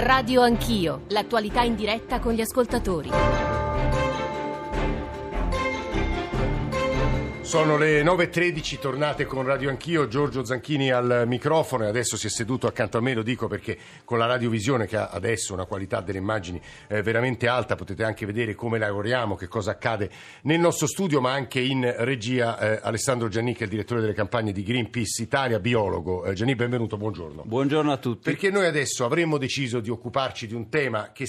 Radio Anch'io, l'attualità in diretta con gli ascoltatori. Sono le 9.13, tornate con Radio Anch'io, Giorgio Zanchini al microfono e adesso si è seduto accanto a me, lo dico perché con la radiovisione che ha adesso una qualità delle immagini veramente alta, potete anche vedere come lavoriamo, che cosa accade nel nostro studio, ma anche in regia Alessandro Gianni, che è il direttore delle campagne di Greenpeace Italia, biologo. Gianni, benvenuto, buongiorno. Buongiorno a tutti. Perché noi adesso avremmo deciso di occuparci di un tema che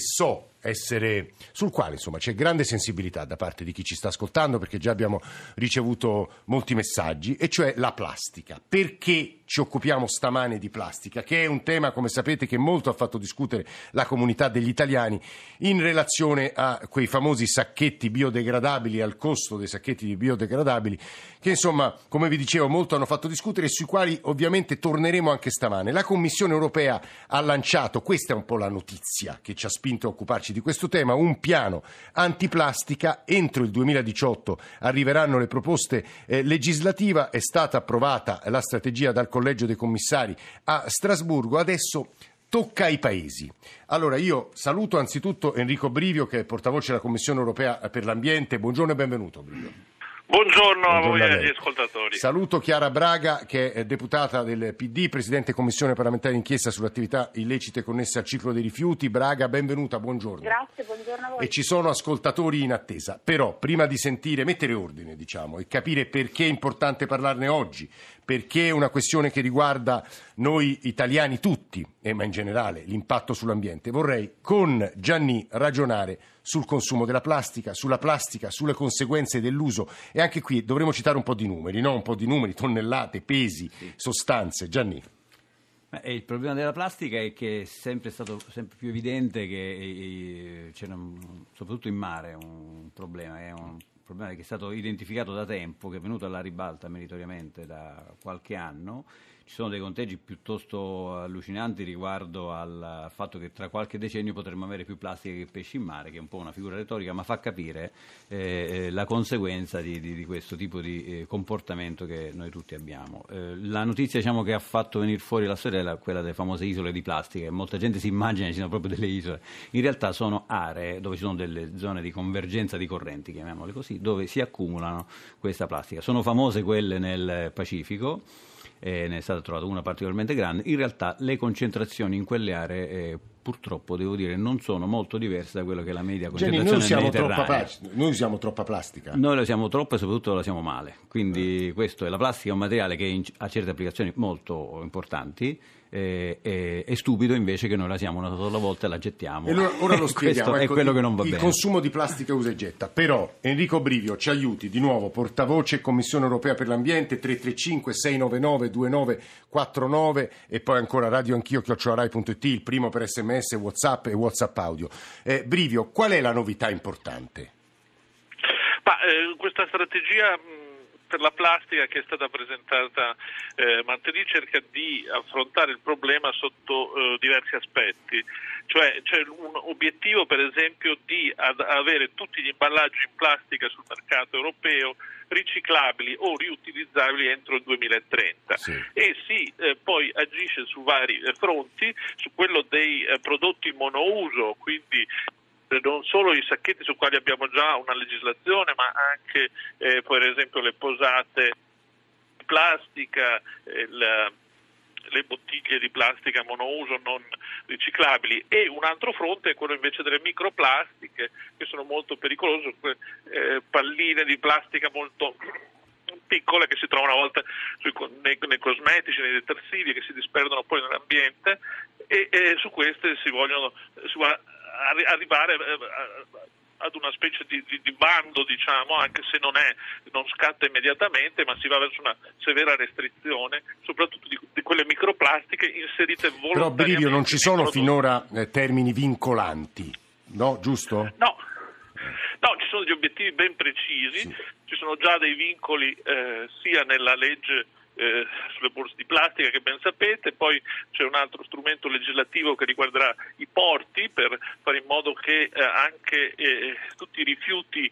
sul quale insomma c'è grande sensibilità da parte di chi ci sta ascoltando, perché già abbiamo ricevuto molti messaggi, e cioè la plastica. Perché ci occupiamo stamane di plastica, che è un tema, come sapete, che molto ha fatto discutere la comunità degli italiani in relazione a quei famosi sacchetti biodegradabili, al costo dei sacchetti biodegradabili, che insomma, come vi dicevo, molto hanno fatto discutere e sui quali ovviamente torneremo anche stamane. La Commissione europea ha lanciato, questa è un po' la notizia che ci ha spinto a occuparci di questo tema, un piano antiplastica. Entro il 2018 arriveranno le proposte legislative, è stata approvata la strategia dal Collegio dei Commissari a Strasburgo, adesso tocca ai paesi. Allora io saluto anzitutto Enrico Brivio, che è portavoce della Commissione europea per l'ambiente. Buongiorno e benvenuto, Brivio. Buongiorno a voi e agli ascoltatori. Saluto Chiara Braga, che è deputata del PD, presidente Commissione parlamentare d'inchiesta sulle attività illecite connesse al ciclo dei rifiuti. Braga, benvenuta, buongiorno. Grazie, buongiorno a voi. E ci sono ascoltatori in attesa, però prima di mettere ordine, diciamo, e capire perché è importante parlarne oggi, perché è una questione che riguarda noi italiani tutti, ma in generale l'impatto sull'ambiente, vorrei con Gianni ragionare sul consumo della plastica, sulle conseguenze dell'uso, e anche qui dovremo citare un po' di numeri, no? Un po' di numeri, tonnellate, pesi, sostanze. Gianni. Il problema della plastica è che è stato sempre più evidente che c'è soprattutto in mare un problema, che è stato identificato da tempo, che è venuto alla ribalta meritoriamente da qualche anno. Ci sono dei conteggi piuttosto allucinanti riguardo al fatto che tra qualche decennio potremmo avere più plastica che pesci in mare, che è un po' una figura retorica, ma fa capire la conseguenza di questo tipo di comportamento che noi tutti abbiamo. La notizia, che ha fatto venire fuori la storia è quella delle famose isole di plastica. Molta gente si immagina che ci siano proprio delle isole. In realtà sono aree dove ci sono delle zone di convergenza di correnti, chiamiamole così, dove si accumulano questa plastica. Sono famose quelle nel Pacifico. Ne è stata trovata una particolarmente grande. In realtà le concentrazioni in quelle aree purtroppo, devo dire, non sono molto diverse da quello che è la media concentrazione nel Mediterraneo. Noi usiamo troppa plastica. Noi la usiamo troppo e soprattutto la usiamo male. Quindi la plastica è un materiale che ha certe applicazioni molto importanti. È stupido invece che noi la usiamo una sola volta e la gettiamo. E ora lo spieghiamo. Questo è quello che non va bene. Il consumo di plastica usa e getta. Però Enrico Brivio ci aiuti di nuovo, portavoce Commissione europea per l'ambiente, 335 699 2949, e poi ancora radioanchio@rai.it, il primo per SMS, WhatsApp e WhatsApp audio. Brivio, qual è la novità importante? Questa strategia per la plastica che è stata presentata martedì cerca di affrontare il problema sotto diversi aspetti. Cioè c'è un obiettivo, per esempio, di avere tutti gli imballaggi in plastica sul mercato europeo riciclabili o riutilizzabili entro il 2030. Sì. E poi agisce su vari fronti, su quello dei prodotti monouso, quindi non solo i sacchetti su quali abbiamo già una legislazione, ma anche per esempio le posate di plastica, le bottiglie di plastica monouso non riciclabili. E un altro fronte è quello invece delle microplastiche, che sono molto pericolose, palline di plastica molto piccole che si trovano a volte nei cosmetici, nei detersivi, che si disperdono poi nell'ambiente, e su queste si vuole arrivare ad una specie di bando, anche se non scatta immediatamente, ma si va verso una severa restrizione, soprattutto di quelle microplastiche inserite volontariamente. Però Brivio, non ci sono finora termini vincolanti, no? Giusto? No, ci sono degli obiettivi ben precisi, sì. Ci sono già dei vincoli sia nella legge sulle borse di plastica, che ben sapete. Poi c'è un altro strumento legislativo che riguarderà i porti, per fare in modo che anche tutti i rifiuti,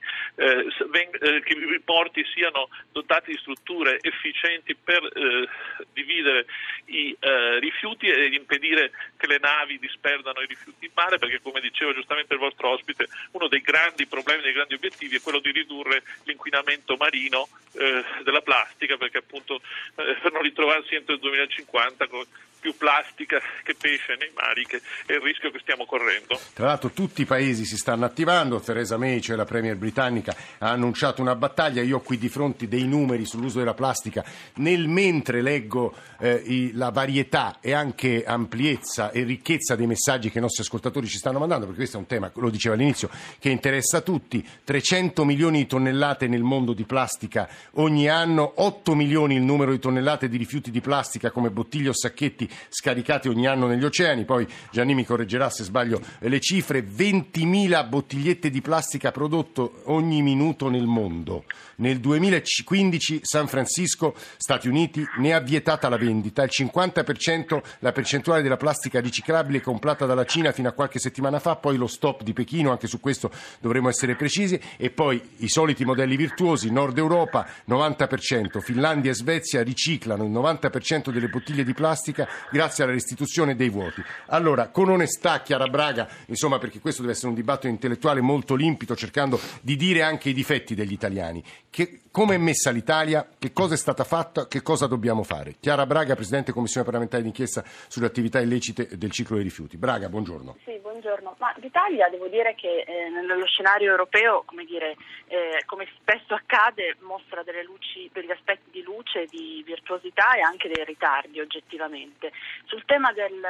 che i porti siano dotati di strutture efficienti per dividere i rifiuti e impedire che le navi disperdano i rifiuti in mare, perché, come diceva giustamente il vostro ospite, uno dei grandi problemi, dei grandi obiettivi è quello di ridurre l'inquinamento marino della plastica, perché appunto per non ritrovarsi entro il 2050 con più plastica che pesce nei mari, che è il rischio che stiamo correndo. Tra l'altro tutti i paesi si stanno attivando. Theresa May, cioè la premier britannica, ha annunciato una battaglia. Io ho qui di fronte dei numeri sull'uso della plastica. Nel mentre leggo la varietà e anche ampiezza e ricchezza dei messaggi che i nostri ascoltatori ci stanno mandando, perché questo è un tema, lo diceva all'inizio, che interessa a tutti. 300 milioni di tonnellate nel mondo di plastica ogni anno, 8 milioni il numero di tonnellate di rifiuti di plastica come bottiglie o sacchetti scaricati ogni anno negli oceani. Poi Gianni mi correggerà se sbaglio le cifre. 20.000 bottigliette di plastica prodotto ogni minuto nel mondo. Nel 2015 San Francisco, Stati Uniti, ne ha vietata la vendita. Il 50% la percentuale della plastica riciclabile comprata dalla Cina fino a qualche settimana fa. Poi lo stop di Pechino, anche su questo dovremo essere precisi. E poi i soliti modelli virtuosi. Nord Europa 90%, Finlandia e Svezia riciclano il 90% delle bottiglie di plastica grazie alla restituzione dei vuoti. Allora, con onestà, Chiara Braga, insomma, perché questo deve essere un dibattito intellettuale molto limpido, cercando di dire anche i difetti degli italiani. Come è messa l'Italia? Che cosa è stata fatta? Che cosa dobbiamo fare? Chiara Braga, Presidente Commissione parlamentare d'inchiesta sulle attività illecite del ciclo dei rifiuti. Braga, buongiorno. Sì, buongiorno. Ma l'Italia, devo dire che nello scenario europeo, come spesso accade, mostra degli aspetti di luce, di virtuosità e anche dei ritardi oggettivamente. Sul tema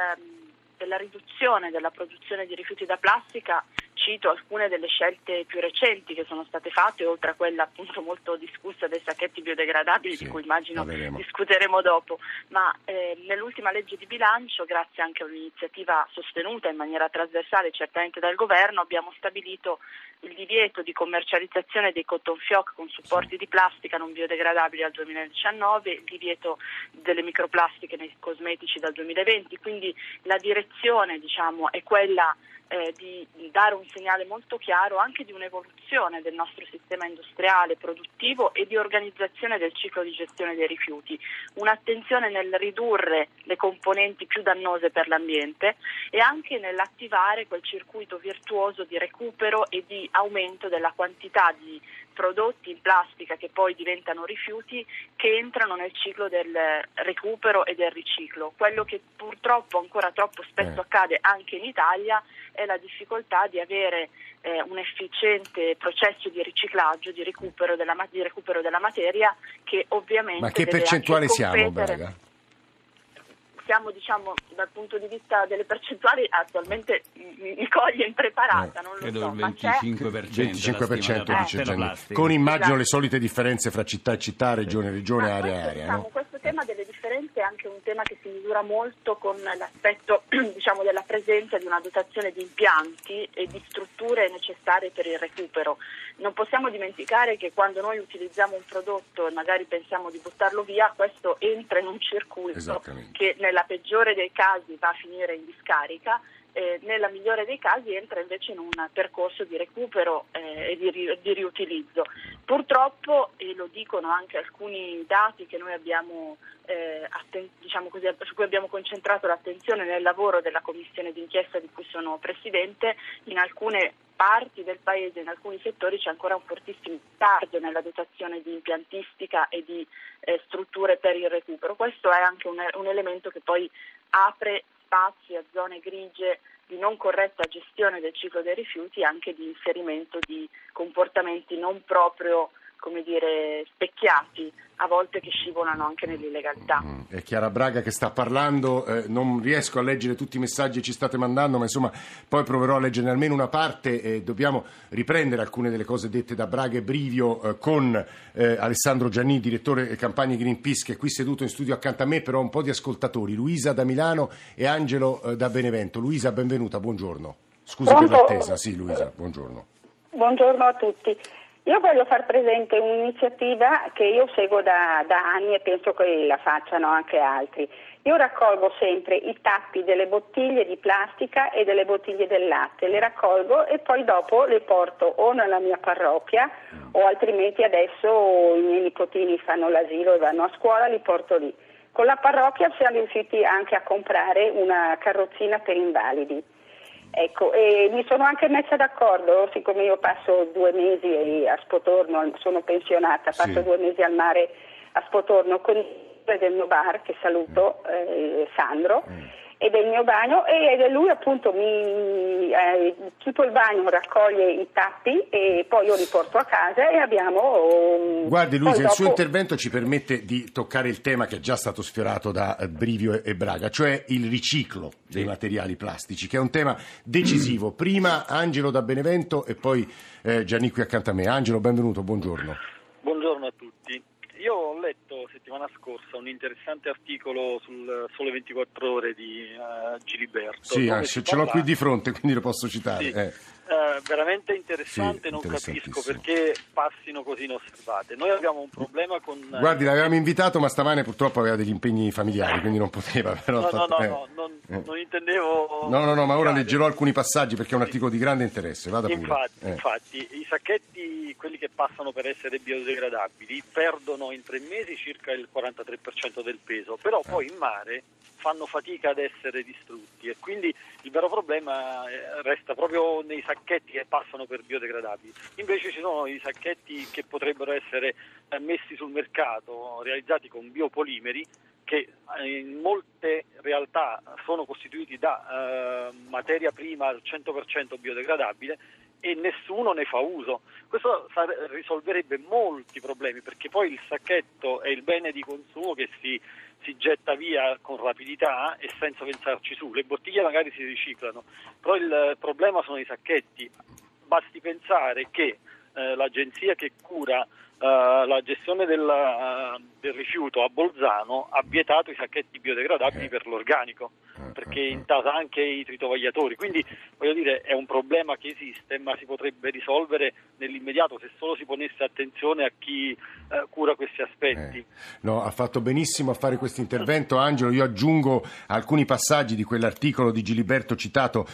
della riduzione della produzione di rifiuti da plastica cito alcune delle scelte più recenti che sono state fatte, oltre a quella appunto molto discussa dei sacchetti biodegradabili, di cui immagino discuteremo dopo, ma nell'ultima legge di bilancio, grazie anche a un'iniziativa sostenuta in maniera trasversale certamente dal governo, abbiamo stabilito il divieto di commercializzazione dei cotton fioc con supporti di plastica non biodegradabili al 2019, il divieto delle microplastiche nei cosmetici dal 2020, quindi la direzione è quella di dare un segnale molto chiaro anche di un'evoluzione del nostro sistema industriale, produttivo e di organizzazione del ciclo di gestione dei rifiuti, un'attenzione nel ridurre le componenti più dannose per l'ambiente e anche nell'attivare quel circuito virtuoso di recupero e di aumento della quantità di prodotti in plastica che poi diventano rifiuti che entrano nel ciclo del recupero e del riciclo. Quello che purtroppo ancora troppo spesso accade anche in Italia è la difficoltà di avere un efficiente processo di riciclaggio, di recupero della materia, che ovviamente Ma che percentuale siamo, Braga? Siamo dal punto di vista delle percentuali attualmente mi coglie impreparata, non lo credo so, il 25% dice Gianni, con immagino le solite differenze fra città e città, regione e regione, area e area. Questo tema delle differenze è anche un tema che si misura molto con l'aspetto della presenza di una dotazione di impianti e di strutture necessarie per il recupero. Non possiamo dimenticare che quando noi utilizziamo un prodotto e magari pensiamo di buttarlo via, questo entra in un circuito che nella peggiore dei casi va a finire in discarica, nella migliore dei casi entra invece in un percorso di recupero e di riutilizzo. Purtroppo, e lo dicono anche alcuni dati che noi abbiamo su cui abbiamo concentrato l'attenzione nel lavoro della commissione d'inchiesta di cui sono presidente, in alcune parti del paese, in alcuni settori c'è ancora un fortissimo ritardo nella dotazione di impiantistica e di strutture per il recupero. Questo è anche un elemento che poi apre spazi a zone grigie di non corretta gestione del ciclo dei rifiuti e anche di inserimento di comportamenti non proprio specchiati, a volte che scivolano anche nell'illegalità. È Chiara Braga che sta parlando, non riesco a leggere tutti i messaggi che ci state mandando, ma insomma poi proverò a leggerne almeno una parte. Dobbiamo riprendere alcune delle cose dette da Braga e Brivio con Alessandro Gianni, direttore campagne Greenpeace, che è qui seduto in studio accanto a me, però un po' di ascoltatori, Luisa da Milano e Angelo da Benevento. Luisa, benvenuta, buongiorno. Scusi per l'attesa. Sì, Luisa, buongiorno. Buongiorno a tutti. Io voglio far presente un'iniziativa che io seguo da anni e penso che la facciano anche altri. Io raccolgo sempre i tappi delle bottiglie di plastica e delle bottiglie del latte, le raccolgo e poi dopo le porto o nella mia parrocchia o altrimenti adesso i miei nipotini fanno l'asilo e vanno a scuola, li porto lì. Con la parrocchia siamo riusciti anche a comprare una carrozzina per invalidi. Ecco, e mi sono anche messa d'accordo, siccome io passo 2 mesi a Spotorno, sono pensionata, passo 2 mesi al mare a Spotorno con il del mio bar, che saluto, Sandro, e del mio bagno, e lui appunto tutto il bagno raccoglie i tappi e poi io li porto a casa e abbiamo... Guardi Luisa, il suo intervento ci permette di toccare il tema che è già stato sfiorato da Brivio e Braga, cioè il riciclo dei materiali plastici, che è un tema decisivo. Prima Angelo da Benevento e poi Gianni qui accanto a me. Angelo, benvenuto, buongiorno. Buongiorno a tutti. Io ho letto settimana scorsa un interessante articolo sul Sole 24 Ore di Giliberto. Sì, ce l'ho qui di fronte, quindi lo posso citare. Sì. Veramente interessante, non capisco perché passino così inosservate. Noi abbiamo un problema con... Guardi, l'avevamo invitato, ma stamane purtroppo aveva degli impegni familiari, quindi non poteva. Però non intendevo... No, ma ora leggerò alcuni passaggi perché è un articolo di grande interesse. Vada pure. Infatti, i sacchetti, quelli che passano per essere biodegradabili, perdono in 3 mesi circa il 43% del peso, però poi in mare fanno fatica ad essere distrutti e quindi il vero problema resta proprio nei sacchetti che passano per biodegradabili. Invece ci sono i sacchetti che potrebbero essere messi sul mercato, realizzati con biopolimeri, che in molte realtà sono costituiti da materia prima al 100% biodegradabile e nessuno ne fa uso. Questo risolverebbe molti problemi, perché poi il sacchetto è il bene di consumo che si getta via con rapidità e senza pensarci su. Le bottiglie magari si riciclano, però il problema sono i sacchetti. Basti pensare che l'agenzia che cura la gestione del rifiuto a Bolzano ha vietato i sacchetti biodegradabili per l'organico, perché intasa anche i tritovagliatori. Quindi voglio dire, è un problema che esiste, ma si potrebbe risolvere nell'immediato se solo si ponesse attenzione a chi cura questi aspetti. No, ha fatto benissimo a fare questo intervento Angelo. Io aggiungo alcuni passaggi di quell'articolo di Giliberto citato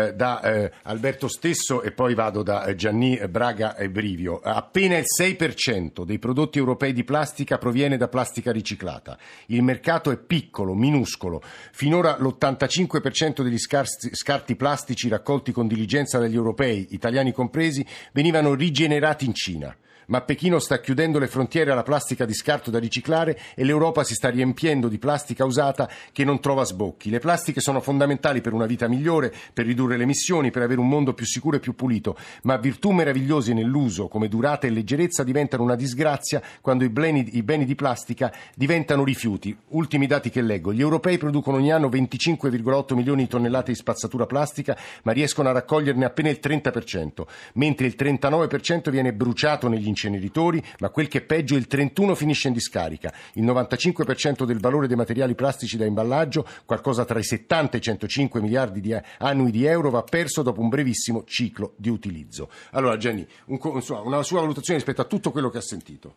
da Alberto stesso e poi vado da Gianni, Braga e Brivio. Appena il 6% dei prodotti europei di plastica proviene da plastica riciclata. Il mercato è piccolo, minuscolo. Finora l'85% degli scarti plastici raccolti con diligenza dagli europei, italiani compresi, venivano rigenerati in Cina. Ma Pechino sta chiudendo le frontiere alla plastica di scarto da riciclare e l'Europa si sta riempiendo di plastica usata che non trova sbocchi. Le plastiche sono fondamentali per una vita migliore, per ridurre le emissioni, per avere un mondo più sicuro e più pulito, ma virtù meravigliose nell'uso come durata e leggerezza diventano una disgrazia quando i beni di plastica diventano rifiuti. Ultimi dati che leggo: gli europei producono ogni anno 25,8 milioni di tonnellate di spazzatura plastica, ma riescono a raccoglierne appena il 30%, mentre il 39% viene bruciato negli inceneritori, ma quel che è peggio, il 31% finisce in discarica. Il 95% del valore dei materiali plastici da imballaggio, qualcosa tra i 70 e i 105 miliardi annui di euro, va perso dopo un brevissimo ciclo di utilizzo. Allora Gianni, una sua valutazione rispetto a tutto quello che ha sentito.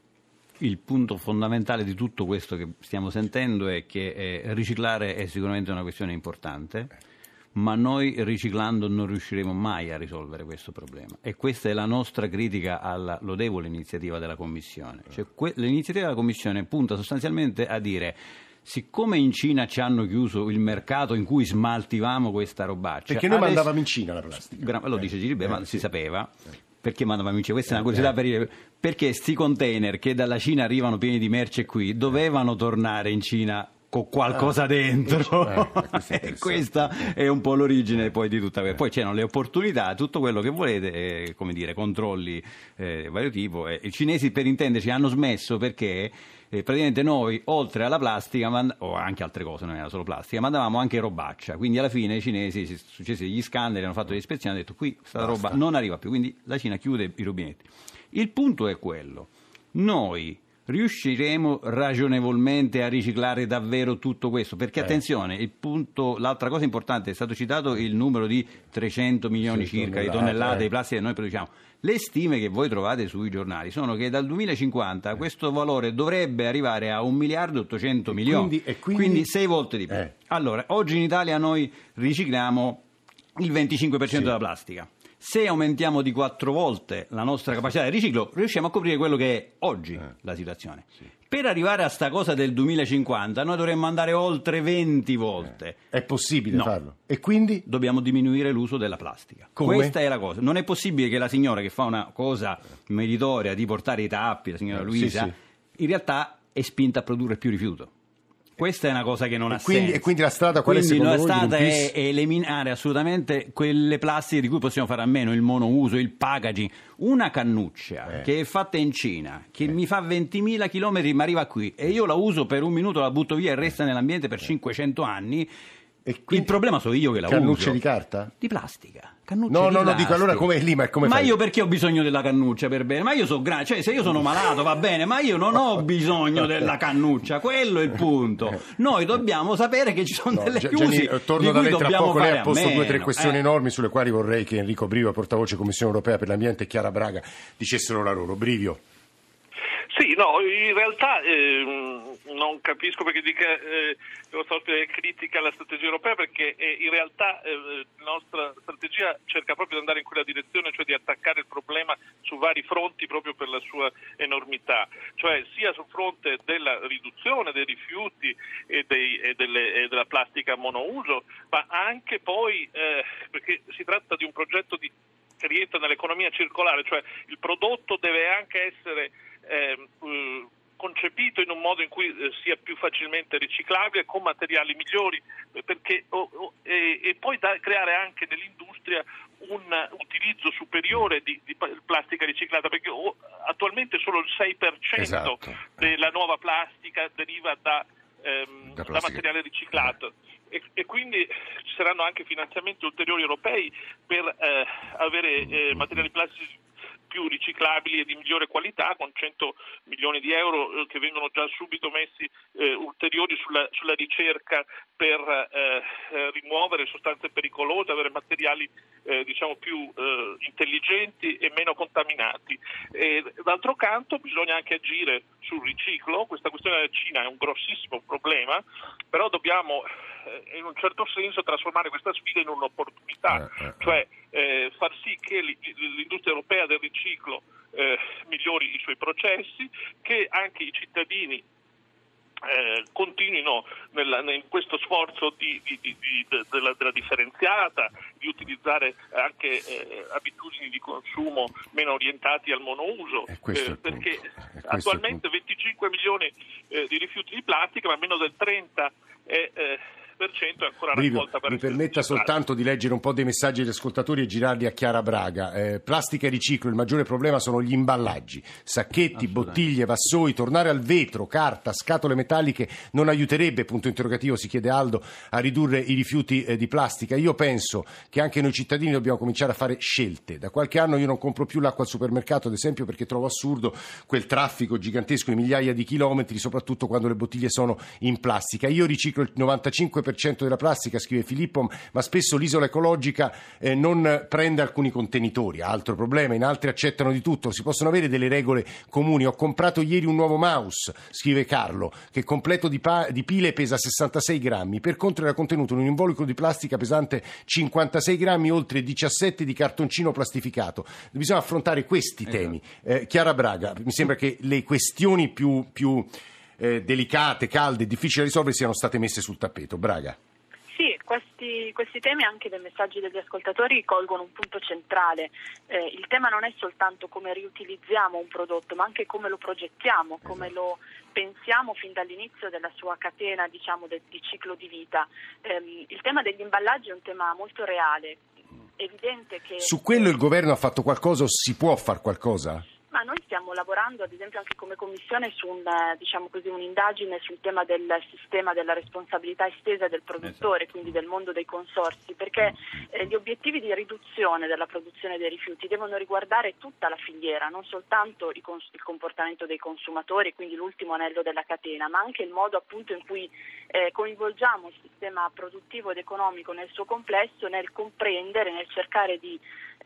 Il punto fondamentale di tutto questo che stiamo sentendo è che riciclare è sicuramente una questione importante, ma noi riciclando non riusciremo mai a risolvere questo problema, e questa è la nostra critica alla lodevole iniziativa della Commissione. Cioè, l'iniziativa della Commissione punta sostanzialmente a dire: siccome in Cina ci hanno chiuso il mercato in cui smaltivamo questa robaccia, perché noi mandavamo in Cina la plastica, lo dice Gilibert, ma si sapeva. Perché mandavamo in Cina? Questa è una curiosità perché sti container che dalla Cina arrivano pieni di merce qui dovevano tornare in Cina con qualcosa dentro. Questa è un po' l'origine poi di tutta questa. Poi c'erano le opportunità, tutto quello che volete, come dire, controlli vario tipo. I cinesi, per intenderci, hanno smesso perché praticamente noi, oltre alla plastica, o anche altre cose, non era solo plastica, mandavamo anche robaccia. Quindi alla fine i cinesi, successi gli scandali, hanno fatto le ispezioni, hanno detto: qui questa roba non arriva più. Quindi la Cina chiude i rubinetti. Il punto è quello: noi riusciremo ragionevolmente a riciclare davvero tutto questo? Perché attenzione, l'altra cosa importante, è stato citato il numero di 300 milioni circa di tonnellate di plastica che noi produciamo. Le stime che voi trovate sui giornali sono che dal 2050 questo valore dovrebbe arrivare a 1 miliardo e 800 milioni, quindi 6 volte di più. Allora, oggi in Italia noi ricicliamo il 25% della plastica. Se aumentiamo di 4 volte la nostra capacità di riciclo, riusciamo a coprire quello che è oggi la situazione. Per arrivare a sta cosa del 2050 noi dovremmo andare oltre 20 volte. È possibile farlo? E quindi? Dobbiamo diminuire l'uso della plastica. Come? Questa è la cosa. Non è possibile che la signora che fa una cosa meritoria di portare i tappi, la signora Luisa, in realtà è spinta a produrre più rifiuto. Questa è una cosa che non ha senso. E quindi la strada qual è, secondo voi? La strada è eliminare assolutamente quelle plastiche di cui possiamo fare a meno, il monouso, il packaging. Una cannuccia che è fatta in Cina, che mi fa 20.000 chilometri ma arriva qui e io la uso per un minuto, la butto via e resta nell'ambiente per 500 anni. Il problema sono io che la uso. Cannucce di carta? Di plastica. No, dico allora come lì, ma come fai? Io perché ho bisogno della cannuccia per bene? Ma io sono grande, cioè se io sono malato va bene, ma io non ho bisogno della cannuccia, quello è il punto. Noi dobbiamo sapere che ci sono delle usi torno da lei tra poco, lei ha posto 2 o 3 questioni enormi enormi sulle quali vorrei che Enrico Brivio, portavoce Commissione Europea per l'Ambiente, e Chiara Braga dicessero la loro. Brivio. Sì, no, in realtà non capisco perché dica lo ospite critica la strategia europea, perché in realtà la nostra strategia cerca proprio di andare in quella direzione, cioè di attaccare il problema su vari fronti proprio per la sua enormità, cioè sia sul fronte della riduzione dei rifiuti e della plastica monouso, ma anche poi perché si tratta di un progetto che rientra nell'economia circolare, cioè il prodotto deve anche essere concepito in un modo in cui sia più facilmente riciclabile, con materiali migliori, perché e poi creare anche nell'industria un utilizzo superiore di plastica riciclata, perché attualmente solo il 6% della nuova plastica deriva da materiale riciclato. E quindi ci saranno anche finanziamenti ulteriori europei per avere materiali plastici più riciclabili e di migliore qualità, con 100 milioni di euro che vengono già subito messi ulteriori sulla ricerca per rimuovere sostanze pericolose, avere materiali più intelligenti e meno contaminati. D'altro canto bisogna anche agire sul riciclo. Questa questione della Cina è un grossissimo problema, però dobbiamo in un certo senso trasformare questa sfida in un'opportunità, cioè far sì che l'industria europea del riciclo migliori i suoi processi, che anche i cittadini continuino in questo sforzo della differenziata, di utilizzare anche abitudini di consumo meno orientati al monouso, perché attualmente 25 milioni di rifiuti di plastica, ma meno del 30% è ancora raccolta per mi permetta soltanto di leggere un po' dei messaggi degli ascoltatori e girarli a Chiara Braga. Plastica e riciclo, il maggiore problema sono gli imballaggi, sacchetti, bottiglie, vassoi. Tornare al vetro, carta, scatole metalliche non aiuterebbe, punto interrogativo, si chiede Aldo, a ridurre i rifiuti di plastica. Io penso che anche noi cittadini dobbiamo cominciare a fare scelte. Da qualche anno io non compro più l'acqua al supermercato, ad esempio, perché trovo assurdo quel traffico gigantesco di migliaia di chilometri, soprattutto quando le bottiglie sono in plastica. Io riciclo il 95% della plastica, scrive Filippo, ma spesso l'isola ecologica non prende alcuni contenitori. Altro problema, in altri accettano di tutto. Si possono avere delle regole comuni. Ho comprato ieri un nuovo mouse, scrive Carlo, che completo di pile pesa 66 grammi, per contro era contenuto in un involucro di plastica pesante 56 grammi, oltre 17 di cartoncino plastificato. Bisogna affrontare questi temi. Chiara Braga, mi sembra che le questioni più delicate, calde e difficili da risolvere siano state messe sul tappeto. Braga. Sì, questi temi anche dai messaggi degli ascoltatori colgono un punto centrale. Il tema non è soltanto come riutilizziamo un prodotto, ma anche come lo progettiamo, come lo pensiamo fin dall'inizio della sua catena, di ciclo di vita. Il tema degli imballaggi è un tema molto reale. Evidente che su quello il governo ha fatto qualcosa o si può far qualcosa? Ma noi stiamo lavorando, ad esempio, anche come Commissione su un'indagine sul tema del sistema della responsabilità estesa del produttore, quindi del mondo dei consorzi, perché gli obiettivi di riduzione della produzione dei rifiuti devono riguardare tutta la filiera, non soltanto il comportamento dei consumatori, quindi l'ultimo anello della catena, ma anche il modo appunto in cui coinvolgiamo il sistema produttivo ed economico nel suo complesso, nel comprendere, nel cercare di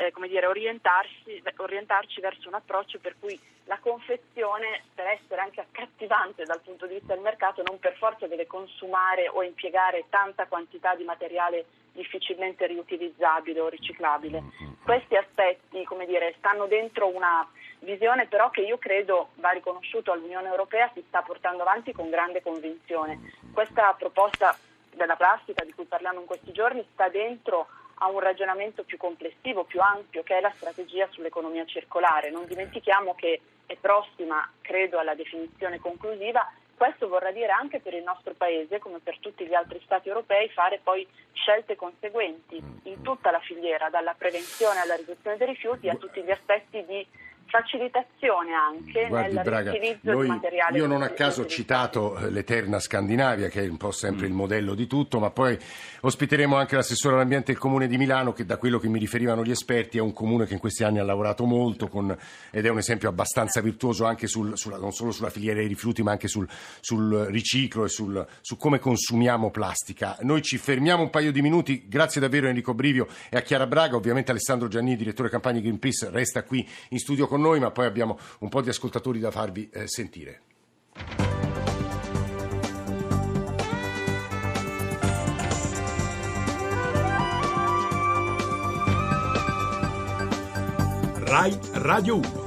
orientarci verso un approccio per cui la confezione, per essere anche accattivante dal punto di vista del mercato, non per forza deve consumare o impiegare tanta quantità di materiale difficilmente riutilizzabile o riciclabile. Questi aspetti, stanno dentro una visione però che io credo va riconosciuto all'Unione Europea, si sta portando avanti con grande convinzione. Questa proposta della plastica di cui parliamo in questi giorni sta dentro a un ragionamento più complessivo, più ampio, che è la strategia sull'economia circolare. Non dimentichiamo che è prossima, credo, alla definizione conclusiva. Questo vorrà dire anche per il nostro Paese, come per tutti gli altri Stati europei, fare poi scelte conseguenti in tutta la filiera, dalla prevenzione alla riduzione dei rifiuti a tutti gli aspetti di facilitazione anche nel riutilizzo di materiale. Io non a caso ho citato l'eterna Scandinavia, che è un po' sempre il modello di tutto, ma poi ospiteremo anche l'assessore all'ambiente del Comune di Milano, che da quello che mi riferivano gli esperti è un comune che in questi anni ha lavorato molto ed è un esempio abbastanza virtuoso anche non solo sulla filiera dei rifiuti, ma anche sul riciclo e su come consumiamo plastica. Noi ci fermiamo un paio di minuti, grazie davvero a Enrico Brivio e a Chiara Braga. Ovviamente Alessandro Giannini, direttore campagne Greenpeace, resta qui in studio con noi, ma poi abbiamo un po' di ascoltatori da farvi sentire. Rai Radio 1.